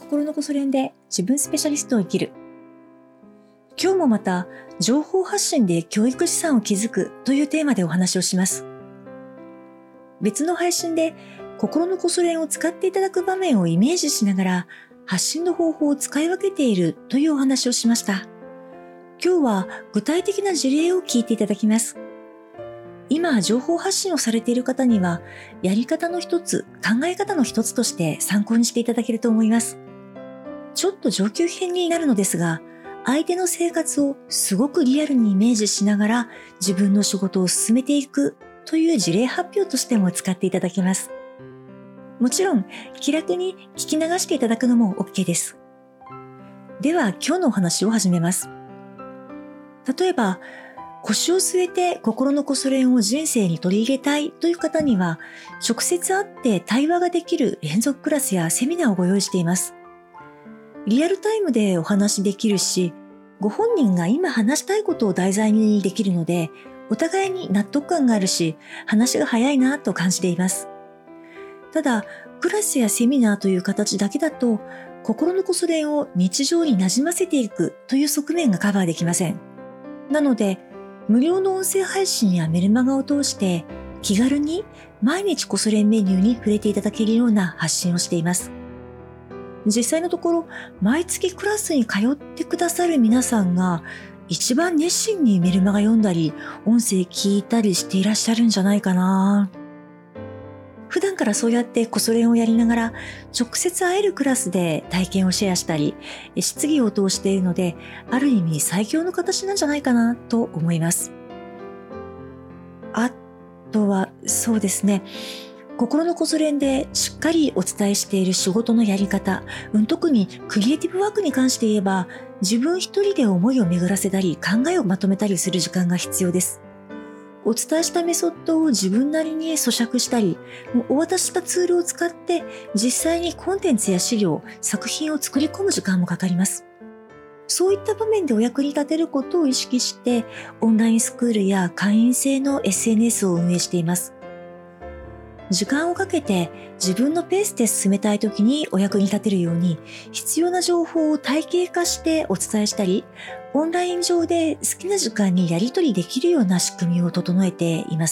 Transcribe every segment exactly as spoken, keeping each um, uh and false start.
心のこそ練で自分スペシャリストを生きる。今日もまた情報発信で教育資産を築くというテーマでお話をします。別の配信で心のこそ練を使っていただく場面をイメージしながら発信の方法を使い分けているというお話をしました。今日は具体的な事例を聞いていただきます。今情報発信をされている方にはやり方の一つ、考え方の一つとして参考にしていただけると思います。ちょっと上級編になるのですが、相手の生活をすごくリアルにイメージしながら自分の仕事を進めていくという事例発表としても使っていただけます。もちろん気楽に聞き流していただくのも OK です。では今日のお話を始めます。例えば腰を据えて心のこそ練を人生に取り入れたいという方には直接会って対話ができる連続クラスやセミナーをご用意しています。リアルタイムでお話しできるし、ご本人が今話したいことを題材にできるので、お互いに納得感があるし、話が早いなと感じています。ただ、クラスやセミナーという形だけだと、心のこそ練を日常に馴染ませていくという側面がカバーできません。なので、無料の音声配信やメルマガを通して気軽に毎日こそ練メニューに触れていただけるような発信をしています。実際のところ、毎月クラスに通ってくださる皆さんが一番熱心にメルマガ読んだり、音声聞いたりしていらっしゃるんじゃないかな。普段からそうやってこそ練をやりながら直接会えるクラスで体験をシェアしたり、質疑応答しているので、ある意味最強の形なんじゃないかなと思います。あとはそうですね、心のこそ練でしっかりお伝えしている仕事のやり方、うん、特にクリエイティブワークに関して言えば、自分一人で思いを巡らせたり考えをまとめたりする時間が必要です。お伝えしたメソッドを自分なりに咀嚼したり、お渡ししたツールを使って実際にコンテンツや資料、作品を作り込む時間もかかります。そういった場面でお役に立てることを意識して、オンラインスクールや会員制の エスエヌエス を運営しています。時間をかけて自分のペースで進めたいときにお役に立てるように、必要な情報を体系化してお伝えしたり、オンライン上で好きな時間にやり取りできるような仕組みを整えています。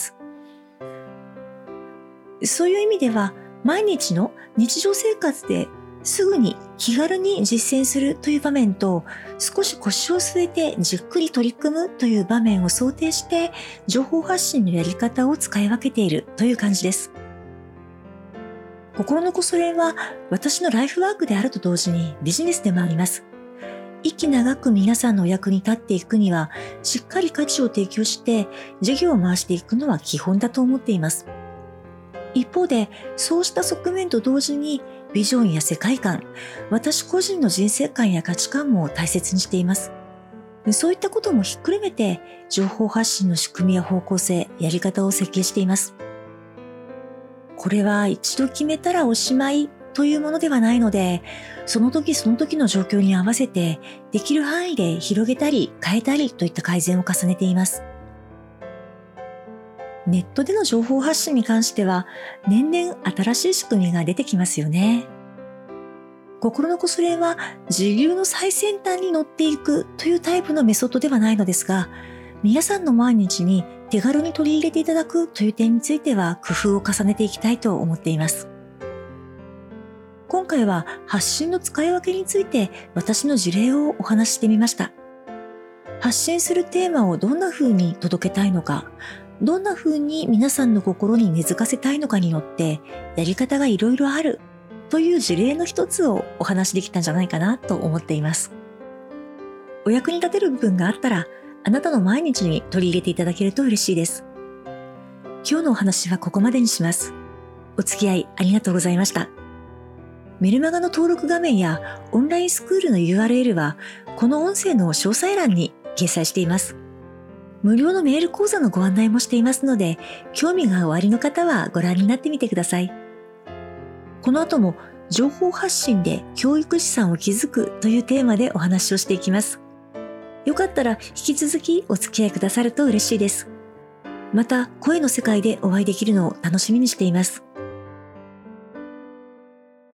そういう意味では、毎日の日常生活ですぐに気軽に実践するという場面と、少し腰を据えてじっくり取り組むという場面を想定して、情報発信のやり方を使い分けているという感じです。心のこそ練は私のライフワークであると同時にビジネスでもあります。息長く皆さんのお役に立っていくには、しっかり価値を提供して事業を回していくのは基本だと思っています。一方で、そうした側面と同時にビジョンや世界観、私個人の人生観や価値観も大切にしています。そういったこともひっくるめて、情報発信の仕組みや方向性、やり方を設計しています。これは一度決めたらおしまいというものではないので、その時その時の状況に合わせてできる範囲で広げたり変えたりといった改善を重ねています。ネットでの情報発信に関しては年々新しい仕組みが出てきますよね。心のこそ練は時流の最先端に乗っていくというタイプのメソッドではないのですが、皆さんの毎日に手軽に取り入れていただくという点については工夫を重ねていきたいと思っています。今回は発信の使い分けについて私の事例をお話ししてみました。発信するテーマをどんな風に届けたいのか、どんな風に皆さんの心に根付かせたいのかによってやり方がいろいろあるという事例の一つをお話しできたんじゃないかなと思っています。お役に立てる部分があったら、あなたの毎日に取り入れていただけると嬉しいです。今日のお話はここまでにします。お付き合いありがとうございました。メルマガの登録画面やオンラインスクールの ユーアールエル はこの音声の詳細欄に掲載しています。無料のメール講座のご案内もしていますので、興味がおありの方はご覧になってみてください。この後も情報発信で教育資産を築くというテーマでお話をしていきます。よかったら引き続きお付き合いくださると嬉しいです。また声の世界でお会いできるのを楽しみにしています。